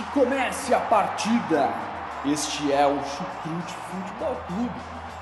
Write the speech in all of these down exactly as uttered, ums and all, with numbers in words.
Que comece a partida! Este é o Chucrute Futebol Clube.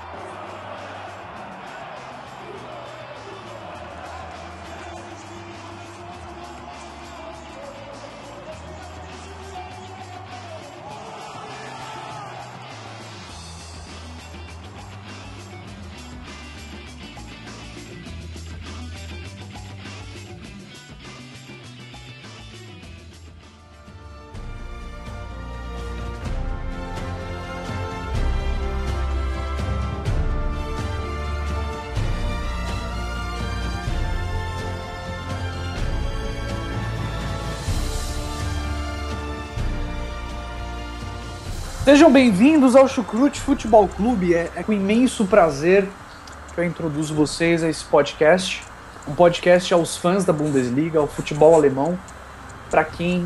Sejam bem-vindos ao Chucrute Futebol Clube. É, é com imenso prazer que eu introduzo vocês a esse podcast. Um podcast aos fãs da Bundesliga, ao futebol alemão, para quem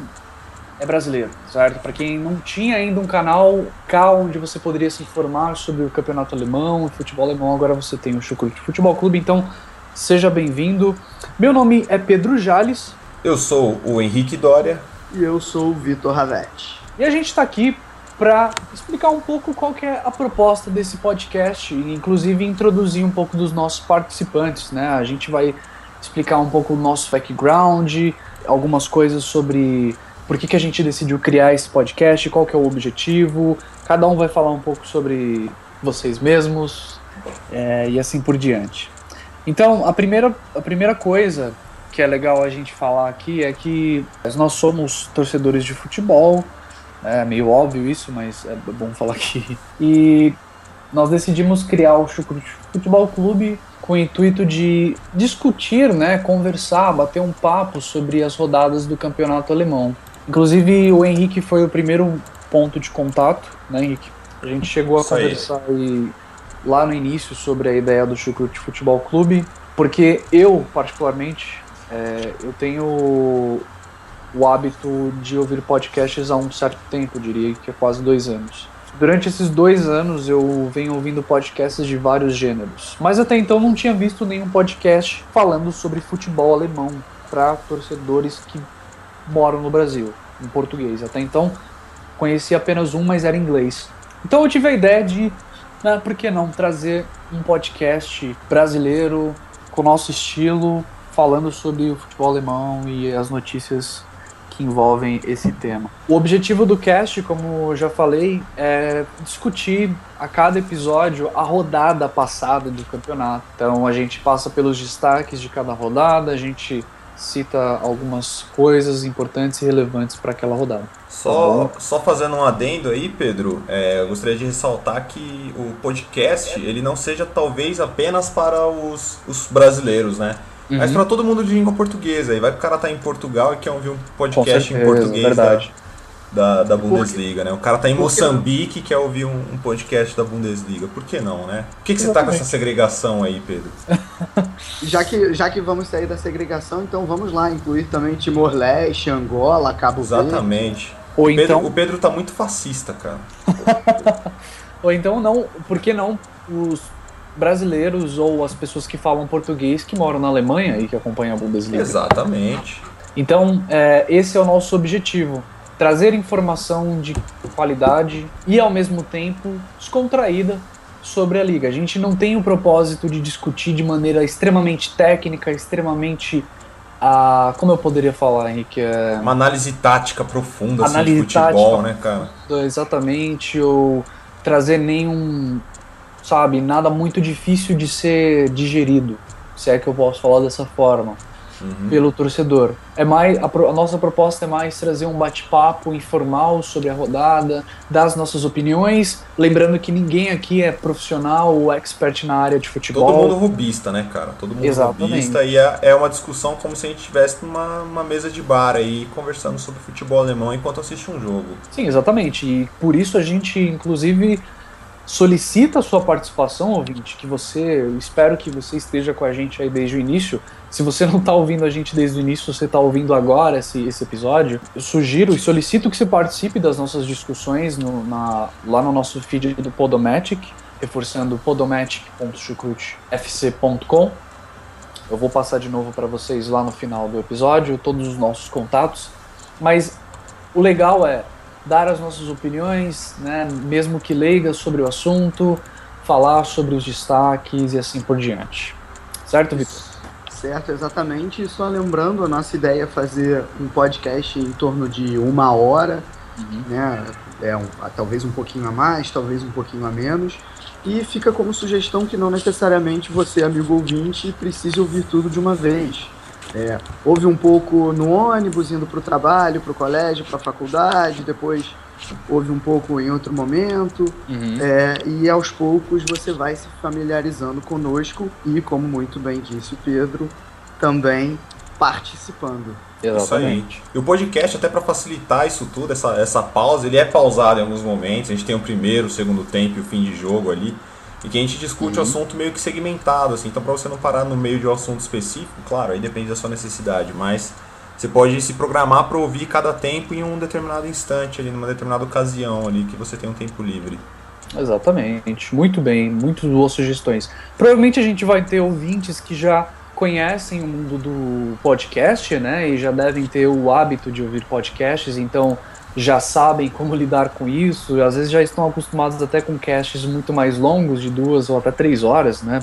é brasileiro, certo? Para quem não tinha ainda um canal cá onde você poderia se informar sobre o campeonato alemão, o futebol alemão, agora você tem o Chucrute Futebol Clube, então seja bem-vindo. Meu nome é Pedro Jales. Eu sou o Henrique Doria. E eu sou o Vitor Ravetti. E a gente está aqui para explicar um pouco qual que é a proposta desse podcast e inclusive introduzir um pouco dos nossos participantes, né? A gente vai explicar um pouco o nosso background, algumas coisas sobre por que, que a gente decidiu criar esse podcast, qual que é o objetivo, cada um vai falar um pouco sobre vocês mesmos é, e assim por diante. Então, a primeira, a primeira coisa que é legal a gente falar aqui é que nós somos torcedores de futebol. É meio óbvio isso, mas é bom falar aqui. E nós decidimos criar o Chucrute Futebol Clube com o intuito de discutir, né, conversar, bater um papo sobre as rodadas do campeonato alemão. Inclusive, o Henrique foi o primeiro ponto de contato, né, Henrique? A gente chegou a isso conversar aí, lá no início sobre a ideia do Chucrute Futebol Clube, porque eu, particularmente, é, eu tenho o hábito de ouvir podcasts há um certo tempo, eu diria que é quase dois anos. Durante esses dois anos eu venho ouvindo podcasts de vários gêneros, mas até então não tinha visto nenhum podcast falando sobre futebol alemão para torcedores que moram no Brasil, em português. Até então conheci apenas um, mas era em inglês. Então eu tive a ideia de, né, por que não trazer um podcast brasileiro com o nosso estilo, falando sobre o futebol alemão e as notícias que envolvem esse tema. O objetivo do cast, como eu já falei, é discutir a cada episódio a rodada passada do campeonato. Então a gente passa pelos destaques de cada rodada, a gente cita algumas coisas importantes e relevantes para aquela rodada. Só, tá só fazendo um adendo aí, Pedro, é, eu gostaria de ressaltar que o podcast ele não seja talvez apenas para os, os brasileiros, né? Uhum. Mas para todo mundo de língua portuguesa. Aí vai que o cara tá em Portugal e quer ouvir um podcast certeza, em português da, da, da Bundesliga, né? O cara tá em Moçambique e quer ouvir um, um podcast da Bundesliga. Por que não, né? Por que, que você tá com essa segregação aí, Pedro? já, que, já que vamos sair da segregação, então vamos lá incluir também Timor-Leste, Angola, Cabo Verde. Exatamente. Ou o, Pedro, então... o Pedro tá muito fascista, cara. Ou então não, por que não os brasileiros ou as pessoas que falam português que moram na Alemanha e que acompanham a Bundesliga. Exatamente. Então, é, esse é o nosso objetivo. Trazer informação de qualidade e, ao mesmo tempo, descontraída sobre a Liga. A gente não tem o propósito de discutir de maneira extremamente técnica, extremamente... Ah, como eu poderia falar, Henrique? É... Uma análise tática profunda análise assim, de futebol, tática, né, cara? Exatamente, ou trazer nenhum... sabe, nada muito difícil de ser digerido, se é que eu posso falar dessa forma, uhum. pelo torcedor. É mais, a, a nossa proposta é mais trazer um bate-papo informal sobre a rodada, dar as nossas opiniões, lembrando que ninguém aqui é profissional ou expert na área de futebol. Todo mundo rubista, né, cara? Todo mundo Exatamente. rubista e é, é uma discussão como se a gente estivesse numa uma mesa de bar aí, conversando sobre futebol alemão enquanto assiste um jogo. Sim, exatamente, e por isso a gente, inclusive... solicita a sua participação, ouvinte, que você, eu espero que você esteja com a gente aí desde o início. Se você não está ouvindo a gente desde o início, você está ouvindo agora esse, esse episódio, eu sugiro e solicito que você participe das nossas discussões no, na, lá no nosso feed do Podomatic, reforçando podomatic ponto chucrute f c ponto com. Eu vou passar de novo para vocês lá no final do episódio, todos os nossos contatos, mas o legal é dar as nossas opiniões, né, mesmo que leigas sobre o assunto, falar sobre os destaques e assim por diante. Certo, Vitor? Certo, exatamente. E só lembrando, a nossa ideia é fazer um podcast em torno de uma hora, uhum. né? É um, talvez um pouquinho a mais, talvez um pouquinho a menos. E fica como sugestão que não necessariamente você, amigo ouvinte, precise ouvir tudo de uma vez. É, ouve um pouco no ônibus, indo para o trabalho, para o colégio, para a faculdade, depois ouve um pouco em outro momento, uhum. é, e aos poucos você vai se familiarizando conosco e, como muito bem disse o Pedro, também participando. Exatamente. Isso aí. E o podcast, até para facilitar isso tudo, essa, essa pausa, ele é pausado em alguns momentos. A gente tem o primeiro, o segundo tempo e o fim de jogo ali, e que a gente discute uhum. o assunto meio que segmentado, assim. Então, para você não parar no meio de um assunto específico, claro, aí depende da sua necessidade, mas você pode se programar para ouvir cada tempo em um determinado instante, ali, numa determinada ocasião ali que você tem um tempo livre. Exatamente. Muito bem, muito boas sugestões. Provavelmente a gente vai ter ouvintes que já conhecem o mundo do podcast, né, e já devem ter o hábito de ouvir podcasts, então já sabem como lidar com isso, às vezes já estão acostumados até com casts muito mais longos, de duas ou até três horas, né,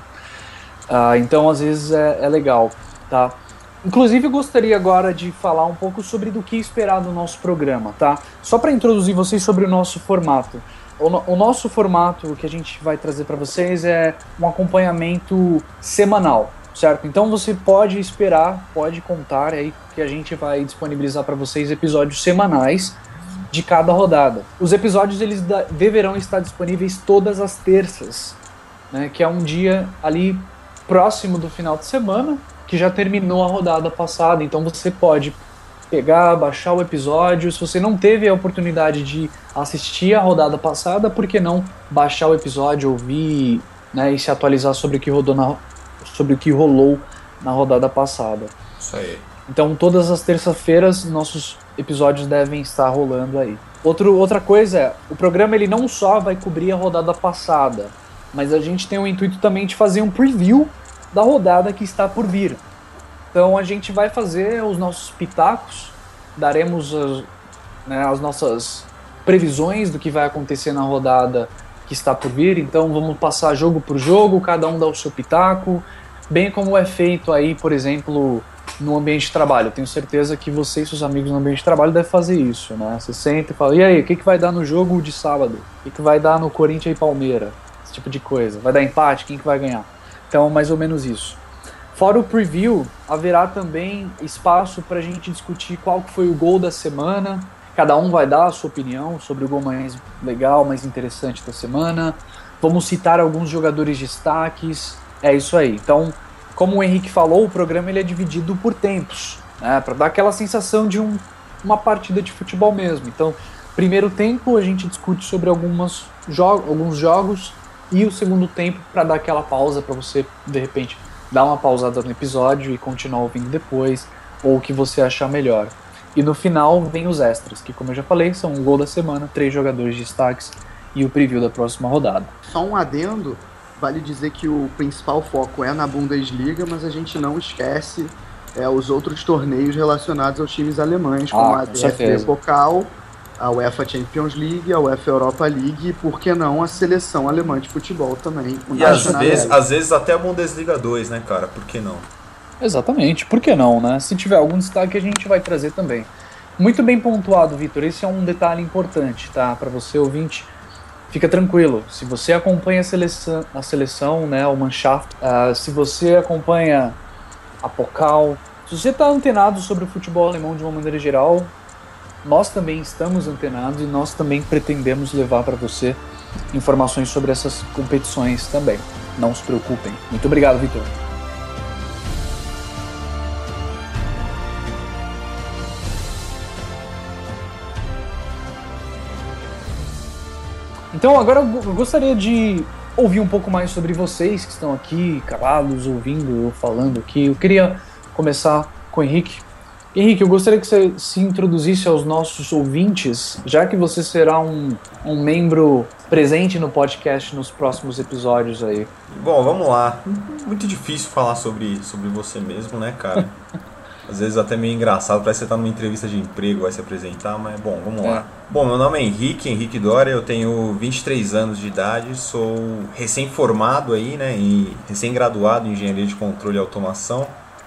ah, então às vezes é, é legal, tá? Inclusive eu gostaria agora de falar um pouco sobre do que esperar do nosso programa, tá? Só para introduzir vocês sobre o nosso formato. O, no, o nosso formato que a gente vai trazer para vocês é um acompanhamento semanal, certo? Então você pode esperar, pode contar aí que a gente vai disponibilizar para vocês episódios semanais de cada rodada. Os episódios eles da, deverão estar disponíveis todas as terças, né? Que é um dia ali próximo do final de semana, que já terminou a rodada passada, então você pode pegar, baixar o episódio. Se você não teve a oportunidade de assistir a rodada passada, por que não baixar o episódio, ouvir, né, e se atualizar sobre o que rodou na, sobre o que rolou na rodada passada. Isso aí. Então todas as terças-feiras nossos episódios devem estar rolando aí. Outro, outra coisa é, o programa ele não só vai cobrir a rodada passada, mas a gente tem o intuito também de fazer um preview da rodada que está por vir. Então a gente vai fazer os nossos pitacos, daremos as, né, as nossas previsões do que vai acontecer na rodada que está por vir. Então vamos passar jogo por jogo, cada um dá o seu pitaco, bem como é feito aí, por exemplo, no ambiente de trabalho. Eu tenho certeza que você e seus amigos no ambiente de trabalho devem fazer isso, né? Você senta e fala, e aí, o que, que vai dar no jogo de sábado? O que, que vai dar no Corinthians e Palmeiras? Esse tipo de coisa. Vai dar empate? Quem que vai ganhar? Então, mais ou menos isso. Fora o preview, haverá também espaço para a gente discutir qual foi o gol da semana. Cada um vai dar a sua opinião sobre o gol mais legal, mais interessante da semana. Vamos citar alguns jogadores destaques. É isso aí. Então, como o Henrique falou, o programa ele é dividido por tempos, né, para dar aquela sensação de um, uma partida de futebol mesmo. Então, primeiro tempo a gente discute sobre algumas jo- alguns jogos, e o segundo tempo para dar aquela pausa para você, de repente, dar uma pausada no episódio e continuar ouvindo depois, ou o que você achar melhor. E no final vem os extras, que como eu já falei, são o gol da semana, três jogadores destaques e o preview da próxima rodada. Só um adendo, vale dizer que o principal foco é na Bundesliga, mas a gente não esquece é, os outros torneios relacionados aos times alemães, como ah, a D F B Pokal, a UEFA Champions League, a UEFA Europa League e, por que não, a seleção alemã de futebol também. E às vezes, às vezes até a Bundesliga dois, né, cara? Por que não? Exatamente, por que não, né? Se tiver algum destaque a gente vai trazer também. Muito bem pontuado, Vitor. Esse é um detalhe importante, tá? Para você, ouvinte, fica tranquilo. Se você acompanha a seleção, a seleção, né, o Mannschaft, uh, se você acompanha a Pokal, se você está antenado sobre o futebol alemão de uma maneira geral, nós também estamos antenados e nós também pretendemos levar para você informações sobre essas competições também. Não se preocupem. Muito obrigado, Vitor. Então agora eu gostaria de ouvir um pouco mais sobre vocês que estão aqui calados, ouvindo eu falando aqui. Eu queria começar com o Henrique. Henrique, eu gostaria que você se introduzisse aos nossos ouvintes, já que você será um, um membro presente no podcast nos próximos episódios aí. Bom, vamos lá. Muito difícil falar sobre, sobre você mesmo, né, cara? às vezes até meio engraçado, parece que você tá numa entrevista de emprego, vai se apresentar, mas bom, vamos É. lá. Bom, meu nome é Henrique, Henrique Dória, eu tenho vinte e três anos de idade, sou recém-formado aí, né, e recém-graduado em Engenharia de Controle e Automação.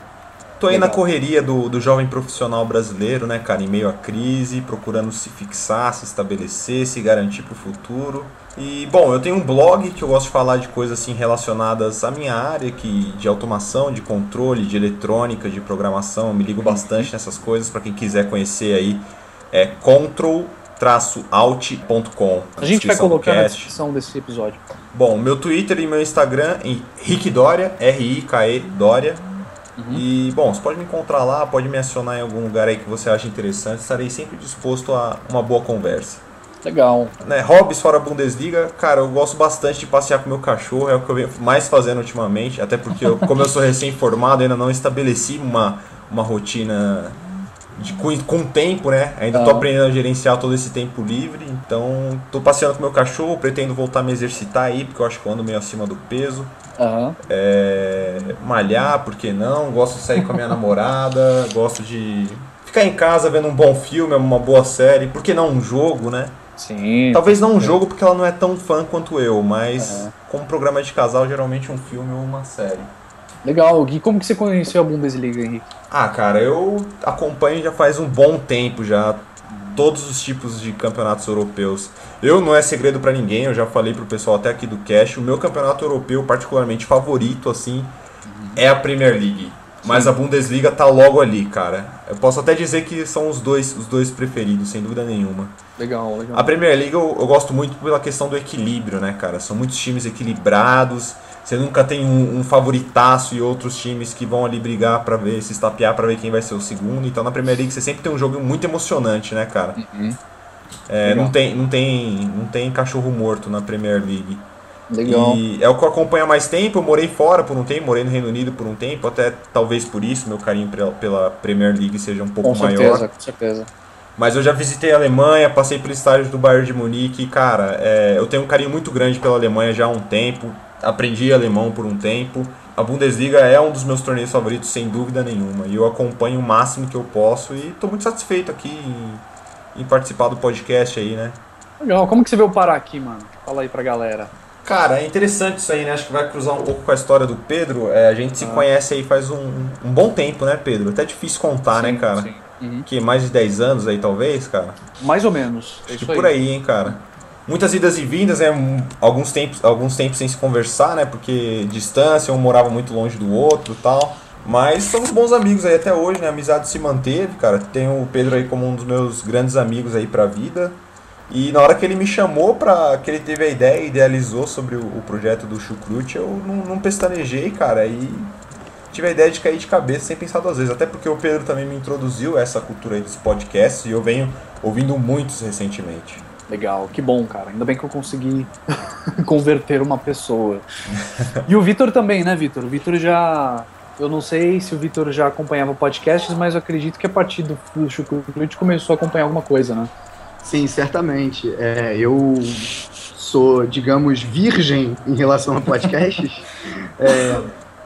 Tô aí Legal. na correria do, do jovem profissional brasileiro, né, cara, em meio à crise, procurando se fixar, se estabelecer, se garantir pro futuro. E, bom, eu tenho um blog que eu gosto de falar de coisas assim relacionadas à minha área, que, de automação, de controle, de eletrônica, de programação. Eu me ligo bastante nessas coisas, para quem quiser conhecer aí, é control alt ponto com. A gente vai colocar na descrição desse episódio. Bom, meu Twitter e meu Instagram é Henrique Dória, R I K E Dória. Uhum. E, bom, você pode me encontrar lá, pode me acionar em algum lugar aí que você acha interessante. Estarei sempre disposto a uma boa conversa. Legal. Né, hobbies fora a Bundesliga, cara, eu gosto bastante de passear com meu cachorro, é o que eu venho mais fazendo ultimamente, até porque, eu, como eu sou recém-formado, ainda não estabeleci uma, uma rotina de, com, com tempo, né? Ainda tô Uhum. aprendendo a gerenciar todo esse tempo livre, então tô passeando com meu cachorro, pretendo voltar a me exercitar aí, porque eu acho que eu ando meio acima do peso. Uhum. É, malhar, por que não? Gosto de sair com a minha namorada, gosto de ficar em casa vendo um bom filme, uma boa série, por que não um jogo, né? Sim. Talvez não um jogo porque ela não é tão fã quanto eu, mas Uhum. como programa de casal, geralmente um filme ou uma série. Legal, Gui, como que você conheceu a Bundesliga, Henrique? Ah, cara, eu acompanho já faz um bom tempo já todos os tipos de campeonatos europeus. Eu não é segredo pra ninguém, eu já falei pro pessoal até aqui do Cash, o meu campeonato europeu particularmente favorito, assim, é a Premier League. Mas a Bundesliga tá logo ali, cara. Eu posso até dizer que são os dois, os dois preferidos, sem dúvida nenhuma. Legal, legal. A Premier League eu, eu gosto muito pela questão do equilíbrio, né, cara? São muitos times equilibrados. Você nunca tem um, um favoritaço e outros times que vão ali brigar pra ver, se estapear pra ver quem vai ser o segundo. Então na Premier League você sempre tem um jogo muito emocionante, né, cara? Uhum. É, não, tem, não, tem, não tem cachorro morto na Premier League. Legal. E é o que eu acompanho há mais tempo. Eu morei fora por um tempo, morei no Reino Unido por um tempo. Até talvez por isso meu carinho pela, pela Premier League seja um pouco Com maior. certeza, com certeza. Mas eu já visitei a Alemanha, passei pelo estádio do Bayern de Munique e, cara, é, eu tenho um carinho muito grande pela Alemanha já há um tempo. Aprendi alemão por um tempo. A Bundesliga é um dos meus torneios favoritos, sem dúvida nenhuma. E eu acompanho o máximo que eu posso e estou muito satisfeito aqui em, em participar do podcast aí, né? Legal, como que você veio parar aqui, mano? Fala aí pra galera. Cara, é interessante isso aí, né? Acho que vai cruzar um pouco com a história do Pedro. É, a gente se Ah. conhece aí faz um, um bom tempo, né, Pedro? Até difícil contar, Sim, né, cara? sim. Uhum. Que mais de dez anos aí, talvez, cara? Mais ou menos. É Acho que isso por aí, hein, cara. Muitas idas e vindas, né? Um- Alguns tempos, alguns tempos sem se conversar, né? Porque distância, um morava muito longe do outro e tal. Mas somos bons amigos aí até hoje, né? A amizade se manteve, cara. Tenho o Pedro aí como um dos meus grandes amigos aí pra vida. E na hora que ele me chamou, pra, que ele teve a ideia e idealizou sobre o, o projeto do Chucrute, eu não, não pestanejei, cara. E tive a ideia de cair de cabeça sem pensar duas vezes. Até porque o Pedro também me introduziu a essa cultura aí dos podcasts e eu venho ouvindo muitos recentemente. Legal, que bom, cara. Ainda bem que eu consegui converter uma pessoa. E o Vitor também, né, Vitor? O Vitor já... Eu não sei se o Vitor já acompanhava podcasts, mas eu acredito que a partir do, do Chucrute começou a acompanhar alguma coisa, né? Sim, certamente. É, eu sou, digamos, virgem em relação a podcasts, é,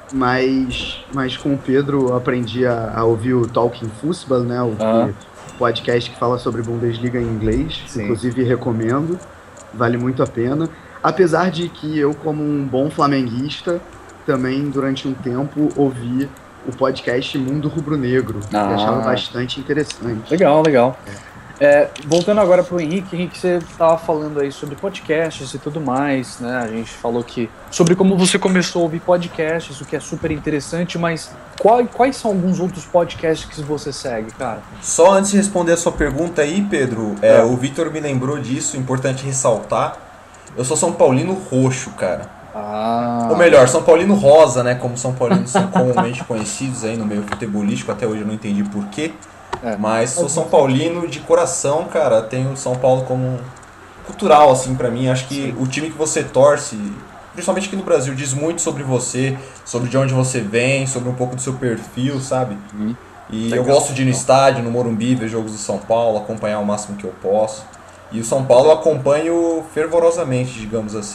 mas, mas com o Pedro eu aprendi a, a ouvir o Talking Football, né, o Ah. que- podcast que fala sobre Bundesliga em inglês, Sim. inclusive recomendo, vale muito a pena. Apesar de que eu, como um bom flamenguista, também durante um tempo ouvi o podcast Mundo Rubro-Negro, que Ah. achava bastante interessante. Legal, legal. É, voltando agora pro Henrique, Henrique, você estava falando aí sobre podcasts e tudo mais, né? A gente falou que sobre como você começou a ouvir podcasts, o que é super interessante, mas qual, quais são alguns outros podcasts que você segue, cara? Só antes de responder a sua pergunta aí, Pedro, é, É. o Vitor me lembrou disso, importante ressaltar. Eu sou São Paulino roxo, cara. Ah, Ou melhor, São Paulino rosa, né? Como São Paulinos são comumente conhecidos aí no meio futebolístico, até hoje eu não entendi porquê. É. Mas sou São Paulino de coração, cara. Tenho São Paulo como um cultural, assim, pra mim. Acho que o time que você torce, principalmente aqui no Brasil, diz muito sobre você, sobre de onde você vem, sobre um pouco do seu perfil, sabe? Uhum. E Legal, eu gosto de ir no legal. estádio, no Morumbi, ver jogos do São Paulo, acompanhar o máximo que eu posso. E o São Paulo eu acompanho fervorosamente, digamos assim.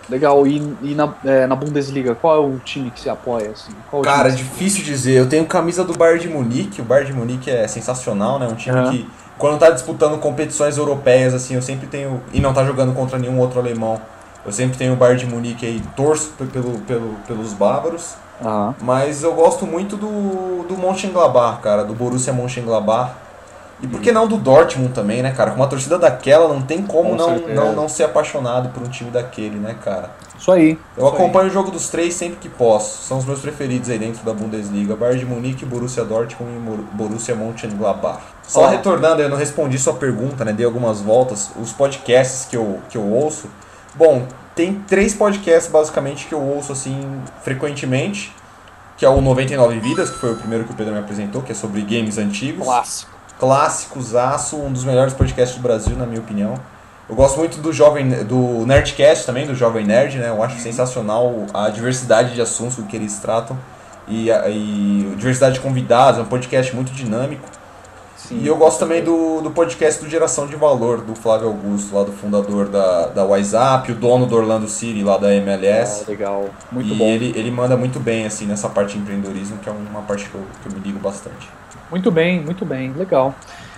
Legal, e, e na, é, na Bundesliga, qual é o time que você apoia? Assim? Qual Cara, é time difícil dizer. Eu tenho camisa do Bayern de Munique. O Bayern de Munique é sensacional, né? Um time Uhum. que, quando tá disputando competições europeias, assim, eu sempre tenho... E não tá jogando contra nenhum outro alemão. Eu sempre tenho o Bayern de Munique aí, torço pelo, pelo, pelos bávaros. Uhum. Mas eu gosto muito do, do Mönchengladbach, cara, do Borussia Mönchengladbach. E por que não do Dortmund também, né, cara? Com uma torcida daquela, não tem como Com não, certeza. não, não ser apaixonado por um time daquele, né, cara? Isso aí. Eu isso acompanho aí. o jogo dos três sempre que posso. São os meus preferidos aí dentro da Bundesliga. Bayern de Munique, Borussia Dortmund e Borussia Mönchengladbach. Só Ó. retornando, eu não respondi sua pergunta, né? Dei algumas voltas. Os podcasts que eu, que eu ouço... Bom, tem três podcasts basicamente que eu ouço assim frequentemente. Que é o noventa e nove Vidas, que foi o primeiro que o Pedro me apresentou, que é sobre games antigos. Clássico. Clássicosaço, um dos melhores podcasts do Brasil, na minha opinião. Eu gosto muito do jovem, do Nerdcast também, do Jovem Nerd, né? Eu acho sensacional a diversidade de assuntos que eles tratam e a e diversidade de convidados, é um podcast muito dinâmico. Sim, E eu gosto também do, do podcast do Geração de Valor, do Flávio Augusto, lá do fundador da, da WhatsApp, o dono do Orlando City, lá da M L S. Ah, legal, muito e bom. ele, ele manda muito bem assim nessa parte de empreendedorismo, que é uma parte que eu, que eu me ligo bastante. Muito bem, muito bem, legal.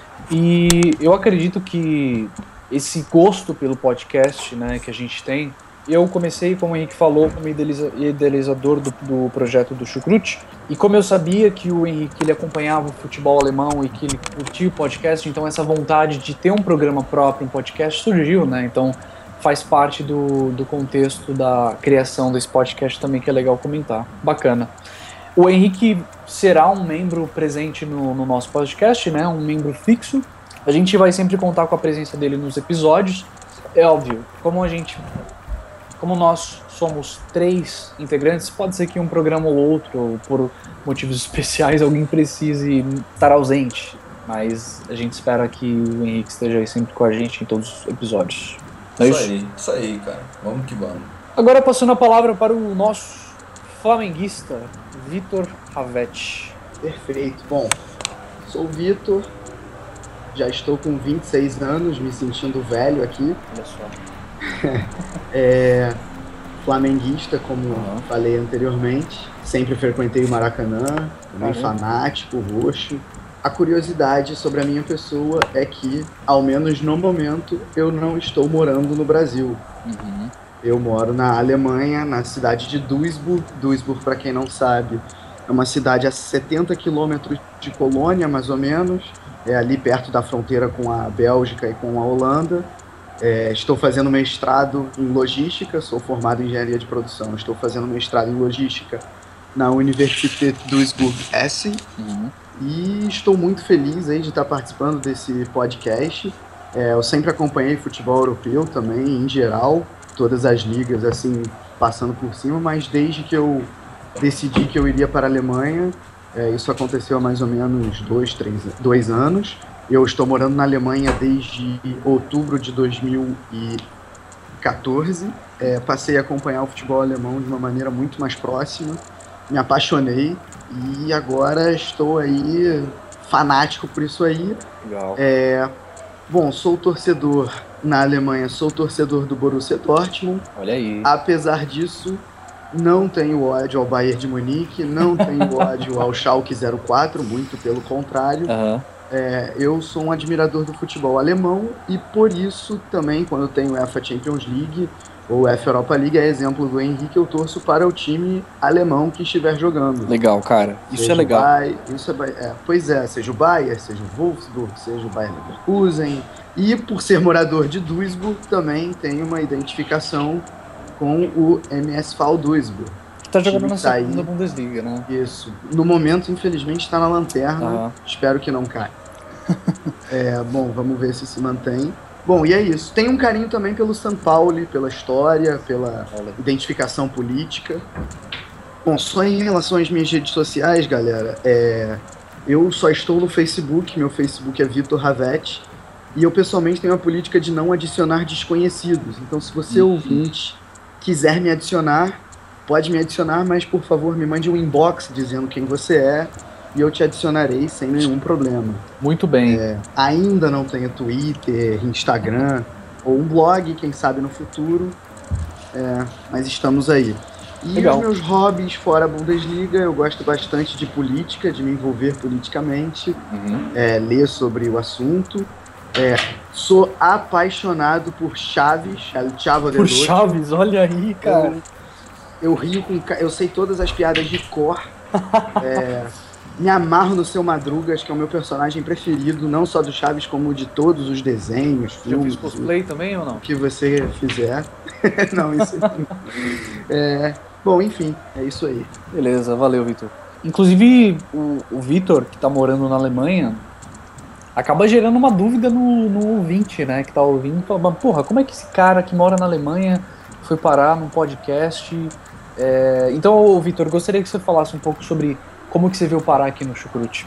E eu acredito que esse gosto pelo podcast, né, que a gente tem, eu comecei, como o Henrique falou, como idealiza- idealizador do, do projeto do Chucrute, e como eu sabia que o Henrique ele acompanhava o futebol alemão e que ele curtia o podcast, então essa vontade de ter um programa próprio, um podcast, surgiu, né, então faz parte do, do contexto da criação desse podcast também, que é legal comentar. Bacana. O Henrique será um membro presente no, no nosso podcast, né? Um membro fixo. A gente vai sempre contar com a presença dele nos episódios. É óbvio, como a gente, como nós somos três integrantes, pode ser que um programa ou outro, ou por motivos especiais, alguém precise estar ausente. Mas a gente espera que o Henrique esteja aí sempre com a gente em todos os episódios. É Isso isso? aí, isso aí, cara. Vamos que vamos. Agora passando a palavra para o nosso flamenguista, Vitor Ravetti. Perfeito. Bom, sou o Vitor, já estou com vinte e seis anos, me sentindo velho aqui. Olha só. É, flamenguista, como Uhum. falei anteriormente. Sempre frequentei o Maracanã, também Uhum. fanático, roxo. A curiosidade sobre a minha pessoa é que, ao menos no momento, eu não estou morando no Brasil. Uhum. Eu moro na Alemanha, na cidade de Duisburg. Duisburg, para quem não sabe, é uma cidade a setenta quilômetros de Colônia, mais ou menos. É ali perto da fronteira com a Bélgica e com a Holanda. É, estou fazendo mestrado em logística, sou formado em engenharia de produção. Estou fazendo mestrado em logística na Universität Duisburg-Essen. Uhum. E estou muito feliz aí de estar participando desse podcast. É, eu sempre acompanhei futebol europeu também, em geral, todas as ligas, assim, passando por cima, mas desde que eu decidi que eu iria para a Alemanha, é, isso aconteceu há mais ou menos dois, três, dois anos. Eu estou morando na Alemanha desde outubro de dois mil e quatorze. É, passei a acompanhar o futebol alemão de uma maneira muito mais próxima, me apaixonei e agora estou aí fanático por isso aí. Legal. É, bom, sou torcedor na Alemanha, sou torcedor do Borussia Dortmund. Olha aí. Apesar disso, não tenho ódio ao Bayern de Munique, não tenho ódio ao Schalke zero quatro, muito pelo contrário. Uhum. É, eu sou um admirador do futebol alemão e por isso também, quando tem o UEFA Champions League ou UEFA Europa League, é exemplo do Henrique, eu torço para o time alemão que estiver jogando. Legal, cara. Isso Seja é legal. o Bay- isso é, Bay- é, pois é, seja o Bayern, seja o Wolfsburg, seja o Bayern Leverkusen. E por ser morador de Duisburg, também tenho uma identificação com o M S V Duisburg. Tá jogando time na que tá aí. segunda Bundesliga, né? Isso. No momento, infelizmente, está na lanterna. Aham. Espero que não caia. É, bom, vamos ver se se mantém. Bom, e é isso. Tem um carinho também pelo São Paulo, pela história, pela Olha. identificação política. Bom, só em relação às minhas redes sociais, galera, é, eu só estou no Facebook, meu Facebook é Vitor Ravetti, e eu pessoalmente tenho a política de não adicionar desconhecidos. Então, se você Uhum. ouvinte quiser me adicionar, pode me adicionar, mas por favor me mande um inbox dizendo quem você é e eu te adicionarei sem nenhum problema. Muito bem. É, ainda não tenho Twitter, Instagram ou um blog, quem sabe no futuro. É, mas estamos aí. E Legal. Os meus hobbies fora a Bundesliga, eu gosto bastante de política, de me envolver politicamente, Uhum. é, ler sobre o assunto. É, sou apaixonado por Chaves, El Chavo del Por Ocho. Chaves, olha aí, cara. Eu, eu rio com... Eu sei todas as piadas de cor. É, me amarro no Seu Madruga, acho que é o meu personagem preferido, não só do Chaves, como de todos os desenhos, Já filmes. fez cosplay também ou não? O que você fizer. Não, isso não. É, bom, enfim, é isso aí. Beleza, valeu, Vitor. Inclusive, o, o Vitor, que tá morando na Alemanha, acaba gerando uma dúvida no, no ouvinte, né? Que tá ouvindo e fala, mas, porra, como é que esse cara que mora na Alemanha foi parar num podcast? É, então, Vitor, gostaria que você falasse um pouco sobre como que você veio parar aqui no Chucrute.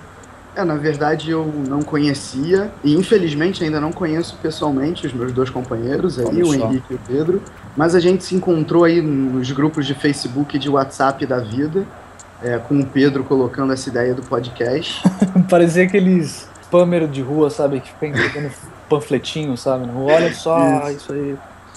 É, na verdade eu não conhecia, e infelizmente ainda não conheço pessoalmente os meus dois companheiros aí, Olha o só. Henrique e o Pedro, mas a gente se encontrou aí nos grupos de Facebook e de WhatsApp da vida, é, com o Pedro colocando essa ideia do podcast. Parecia aqueles spammer de rua, sabe? Que fica entregando panfletinho, sabe? Na rua, olha só, isso. isso aí.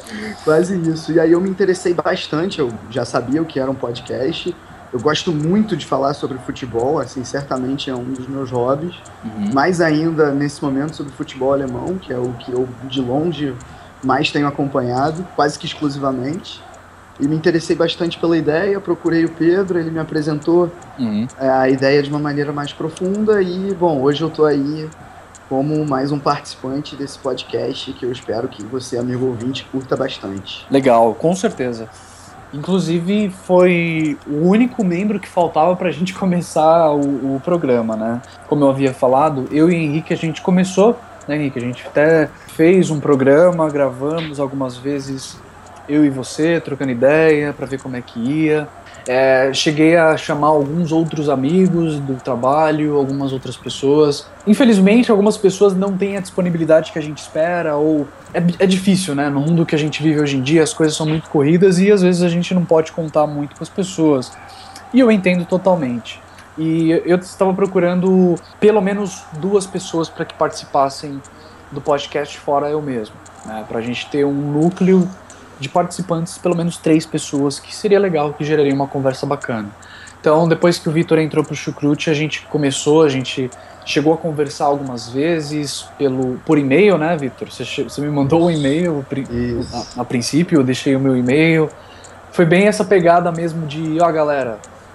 Quase isso. E aí eu me interessei bastante, eu já sabia o que era um podcast. Eu gosto muito de falar sobre futebol, assim, certamente é um dos meus hobbies. Uhum. Mais ainda nesse momento sobre futebol alemão, que é o que eu de longe mais tenho acompanhado, quase que exclusivamente. E me interessei bastante pela ideia, procurei o Pedro, ele me apresentou Uhum. a ideia de uma maneira mais profunda e, bom, hoje eu tô aí como mais um participante desse podcast que eu espero que você, amigo ouvinte, curta bastante. Legal, com certeza. Inclusive, foi o único membro que faltava pra gente começar o, o programa, né? Como eu havia falado, eu e o Henrique, a gente começou, né, Henrique? A gente até fez um programa, gravamos algumas vezes, eu e você, trocando ideia pra ver como é que ia. É, cheguei a chamar alguns outros amigos do trabalho, algumas outras pessoas. Infelizmente, algumas pessoas não têm a disponibilidade que a gente espera, ou é, é difícil, né? No mundo que a gente vive hoje em dia, as coisas são muito corridas e às vezes a gente não pode contar muito com as pessoas. E eu entendo totalmente. E eu estava procurando pelo menos duas pessoas para que participassem do podcast fora eu mesmo, né? Para a gente ter um núcleo de participantes, pelo menos três pessoas, que seria legal, que geraria uma conversa bacana. Então, depois que o Vitor entrou pro Chucrute, a gente começou, a gente chegou a conversar algumas vezes pelo, por e-mail, né, Vitor? Você, você me mandou um e-mail a, a princípio, eu deixei o meu e-mail. Foi bem essa pegada mesmo de, ó, galera,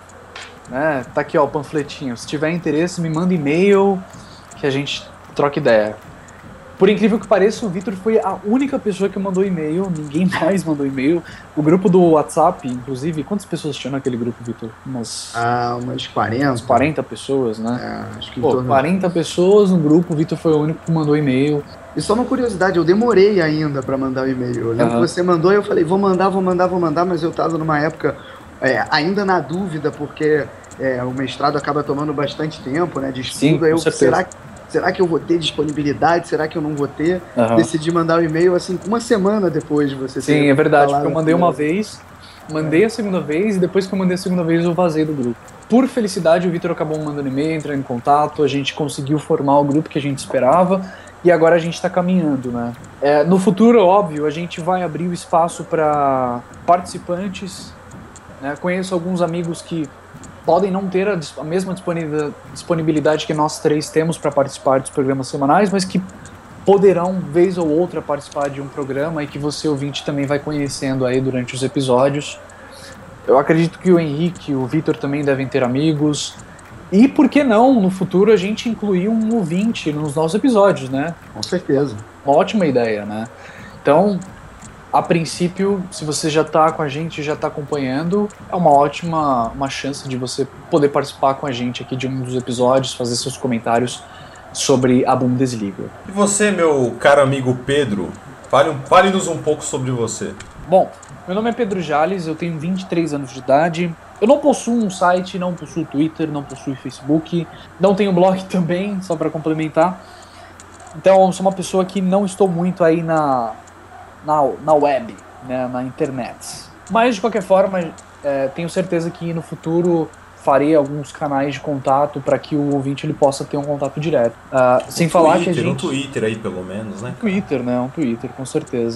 né, tá aqui, ó, o panfletinho. Se tiver interesse, me manda e-mail que a gente troca ideia. Por incrível que pareça, o Vitor foi a única pessoa que mandou e-mail, ninguém mais mandou e-mail. O grupo do WhatsApp, inclusive, quantas pessoas tinham naquele grupo, Vitor? Umas... Ah, umas quarenta. Umas quarenta pessoas, né? É, acho que Pô, torno... quarenta pessoas no grupo, o Vitor foi o único que mandou e-mail. E só uma curiosidade, eu demorei ainda pra mandar o e-mail. Eu lembro Uhum. que você mandou e eu falei, vou mandar, vou mandar, vou mandar, mas eu tava numa época é, ainda na dúvida, porque é, o mestrado acaba tomando bastante tempo, né, de estudo. Sim, aí eu, com certeza. será que Será que eu vou ter disponibilidade? Será que eu não vou ter? Uhum. Decidi mandar o e-mail assim, uma semana depois de você ter Sim, é verdade, falado porque eu mandei aquilo. uma vez, mandei a segunda vez, e depois que eu mandei a segunda vez eu vazei do grupo. Por felicidade, o Vitor acabou mandando e-mail, entrando em contato, a gente conseguiu formar o grupo que a gente esperava, e agora a gente está caminhando, né? É, no futuro, óbvio, a gente vai abrir o espaço para participantes, né? Conheço alguns amigos que podem não ter a, a mesma disponibilidade que nós três temos para participar dos programas semanais, mas que poderão, vez ou outra, participar de um programa e que você, ouvinte, também vai conhecendo aí durante os episódios. Eu acredito que o Henrique e o Vitor também devem ter amigos. E por que não, no futuro, a gente incluir um ouvinte nos nossos episódios, né? Com certeza. Uma ótima ideia, né? Então, a princípio, se você já está com a gente, já está acompanhando, é uma ótima uma chance de você poder participar com a gente aqui de um dos episódios, fazer seus comentários sobre a Bundesliga. E você, meu caro amigo Pedro, fale, fale-nos um pouco sobre você. Bom, meu nome é Pedro Jales, eu tenho vinte e três anos de idade, eu não possuo um site, não possuo Twitter, não possuo Facebook, não tenho blog também, só para complementar. Então, eu sou uma pessoa que não estou muito aí na... Na, na web, né, na internet. Mas, de qualquer forma, é, tenho certeza que no futuro farei alguns canais de contato para que o ouvinte ele possa ter um contato direto. Uh, sem um falar Twitter, que a gente... Um Twitter aí, pelo menos, né? Um Twitter, né? Um Twitter, com certeza.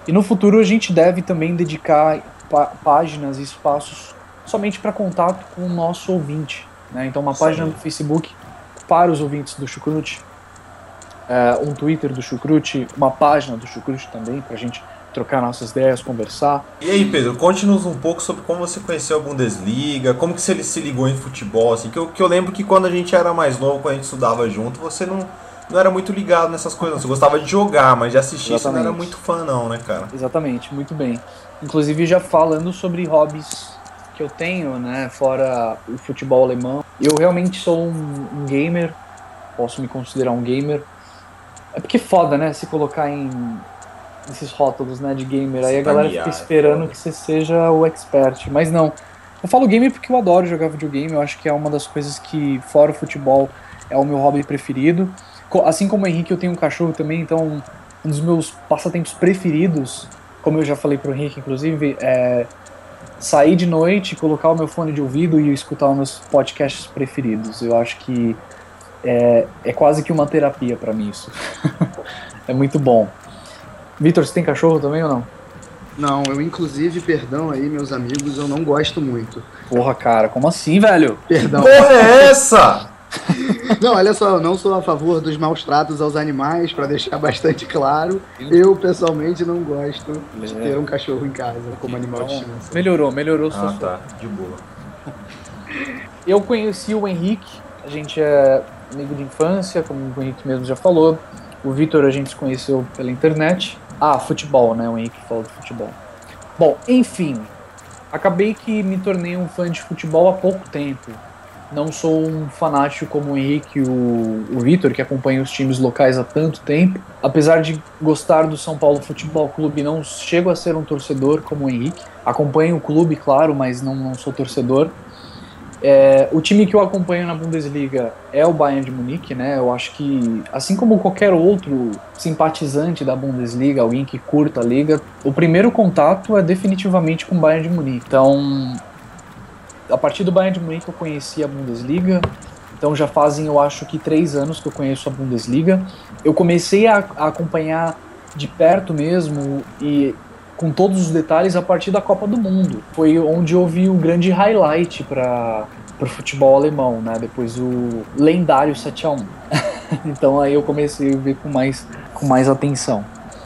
E no futuro a gente deve também dedicar pá- páginas e espaços somente para contato com o nosso ouvinte, né? Então uma Sim. página no Facebook para os ouvintes do Chucrute, é, um Twitter do Chucrute, uma página do Chucrute também, para a gente trocar nossas ideias, conversar. E aí, Pedro, conte-nos um pouco sobre como você conheceu a Bundesliga, como que você se ligou em futebol, assim, que eu, que eu lembro que quando a gente era mais novo, quando a gente estudava junto, você não, não era muito ligado nessas coisas, você gostava de jogar, mas de assistir Exatamente. você não era muito fã não, né, cara? Exatamente, muito bem. Inclusive já falando sobre hobbies que eu tenho, né, fora o futebol alemão, eu realmente sou um, um gamer, posso me considerar um gamer. É porque é foda, né, se colocar em esses rótulos, né, de gamer, aí a galera fica esperando que você seja o expert, mas não. Eu falo gamer porque eu adoro jogar videogame, eu acho que é uma das coisas que, fora o futebol, é o meu hobby preferido. Assim como o Henrique, eu tenho um cachorro também, então um dos meus passatempos preferidos, como eu já falei pro Henrique, inclusive, é sair de noite, colocar o meu fone de ouvido e escutar os meus podcasts preferidos. Eu acho que é, é quase que uma terapia pra mim isso. É muito bom. Vitor, você tem cachorro também ou não? Não, eu inclusive, perdão aí, meus amigos, eu não gosto muito. Porra, cara, como assim, velho? Perdão. Porra é essa? Não, olha só, eu não sou a favor dos maus tratos aos animais, pra deixar bastante claro. Eu, pessoalmente, não gosto de ter um cachorro em casa como animal de estimação. Melhorou, melhorou. Ah, tá, de boa. Eu conheci o Henrique, a gente é amigo de infância, como o Henrique mesmo já falou. O Vitor a gente se conheceu pela internet. Ah, futebol, né? O Henrique falou de futebol. Bom, enfim, acabei que me tornei um fã de futebol há pouco tempo. Não sou um fanático como o Henrique e o, o Vitor, que acompanha os times locais há tanto tempo. Apesar de gostar do São Paulo Futebol Clube, não chego a ser um torcedor como o Henrique. Acompanho o clube, claro, mas não, não sou torcedor. É, o time que eu acompanho na Bundesliga é o Bayern de Munique, né? Eu acho que, assim como qualquer outro simpatizante da Bundesliga, alguém que curta a liga, o primeiro contato é definitivamente com o Bayern de Munique. Então, a partir do Bayern de Munique eu conheci a Bundesliga. Então já fazem, eu acho que três anos que eu conheço a Bundesliga. Eu comecei a, a acompanhar de perto mesmo e com todos os detalhes a partir da Copa do Mundo. Foi onde eu vi o grande highlight para o futebol alemão, né? Depois o lendário sete a um. Então aí eu comecei a ver com mais, com mais atenção.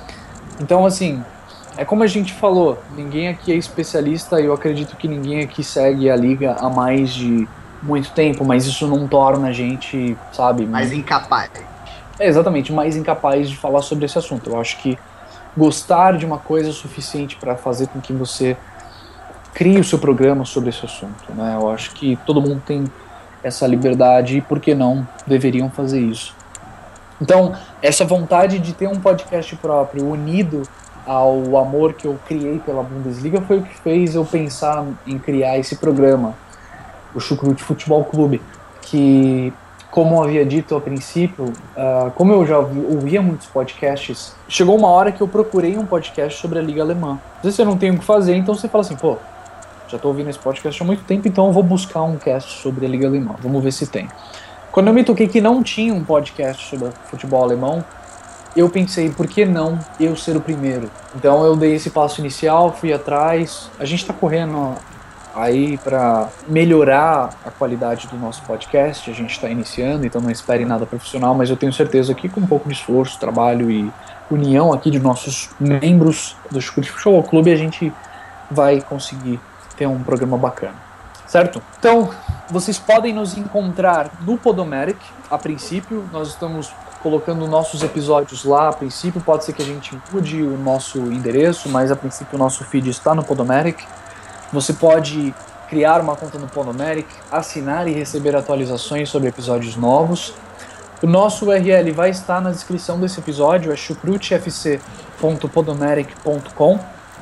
Então assim, é como a gente falou, ninguém aqui é especialista e eu acredito que ninguém aqui segue a liga há mais de muito tempo, mas isso não torna a gente, sabe... Mais incapaz. É, exatamente, mais incapaz de falar sobre esse assunto. Eu acho que gostar de uma coisa é suficiente para fazer com que você crie o seu programa sobre esse assunto, né? Eu acho que todo mundo tem essa liberdade e, por que não, deveriam fazer isso. Então, essa vontade de ter um podcast próprio unido ao amor que eu criei pela Bundesliga foi o que fez eu pensar em criar esse programa, o Chucrute Futebol Clube, que, como eu havia dito ao princípio, uh, como eu já ouvi, ouvia muitos podcasts, chegou uma hora que eu procurei um podcast sobre a Liga Alemã. Às vezes você não tem o que fazer, então você fala assim, pô, já estou ouvindo esse podcast há muito tempo, então eu vou buscar um cast sobre a Liga Alemã, vamos ver se tem. Quando eu me toquei que não tinha um podcast sobre futebol alemão, eu pensei, por que não eu ser o primeiro? Então eu dei esse passo inicial, fui atrás, a gente está correndo aí para melhorar a qualidade do nosso podcast, a gente está iniciando, então não espere nada profissional, mas eu tenho certeza que com um pouco de esforço, trabalho e união aqui de nossos membros do Chucrute Futebol Clube, a gente vai conseguir ter um programa bacana, certo? Então, vocês podem nos encontrar no Podomatic, a princípio, nós estamos colocando nossos episódios lá, a princípio pode ser que a gente mude o nosso endereço, mas a princípio o nosso feed está no Podomatic. Você pode criar uma conta no Podomatic, assinar e receber atualizações sobre episódios novos. O nosso U R L vai estar na descrição desse episódio, é chucrutefc ponto podomatic ponto com.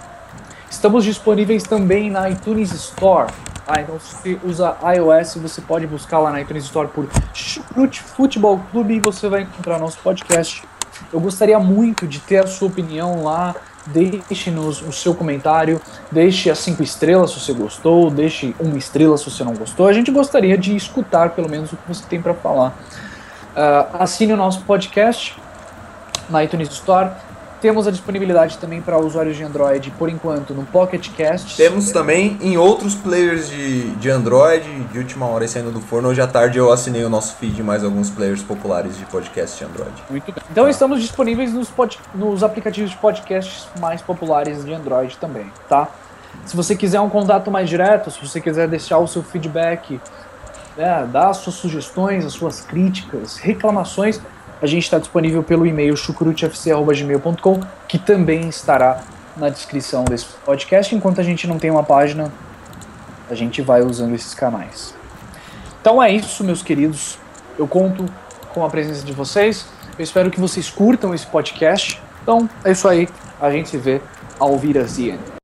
Estamos disponíveis também na iTunes Store. Ah, então se você usa iOS, você pode buscar lá na iTunes Store por Chucrute Futebol Clube e você vai encontrar nosso podcast. Eu gostaria muito de ter a sua opinião lá. Deixe-nos o seu comentário, deixe as cinco estrelas se você gostou, deixe uma estrela se você não gostou. A gente gostaria de escutar pelo menos o que você tem para falar. Uh, assine o nosso podcast na iTunes Store. Temos a disponibilidade também para usuários de Android, por enquanto, no Pocket Cast. Temos também em outros players de, de Android, de última hora e saindo do forno. Hoje à tarde eu assinei o nosso feed, mais alguns players populares de podcast de Android. Muito bem. Então estamos disponíveis nos, pod, nos aplicativos de podcasts mais populares de Android também, tá? Se você quiser um contato mais direto, se você quiser deixar o seu feedback, né, dar as suas sugestões, as suas críticas, reclamações, a gente está disponível pelo e-mail chucrutefc arroba gmail ponto com, que também estará na descrição desse podcast. Enquanto a gente não tem uma página, a gente vai usando esses canais. Então é isso, meus queridos. Eu conto com a presença de vocês. Eu espero que vocês curtam esse podcast. Então é isso aí. A gente se vê ao Wiedersehen.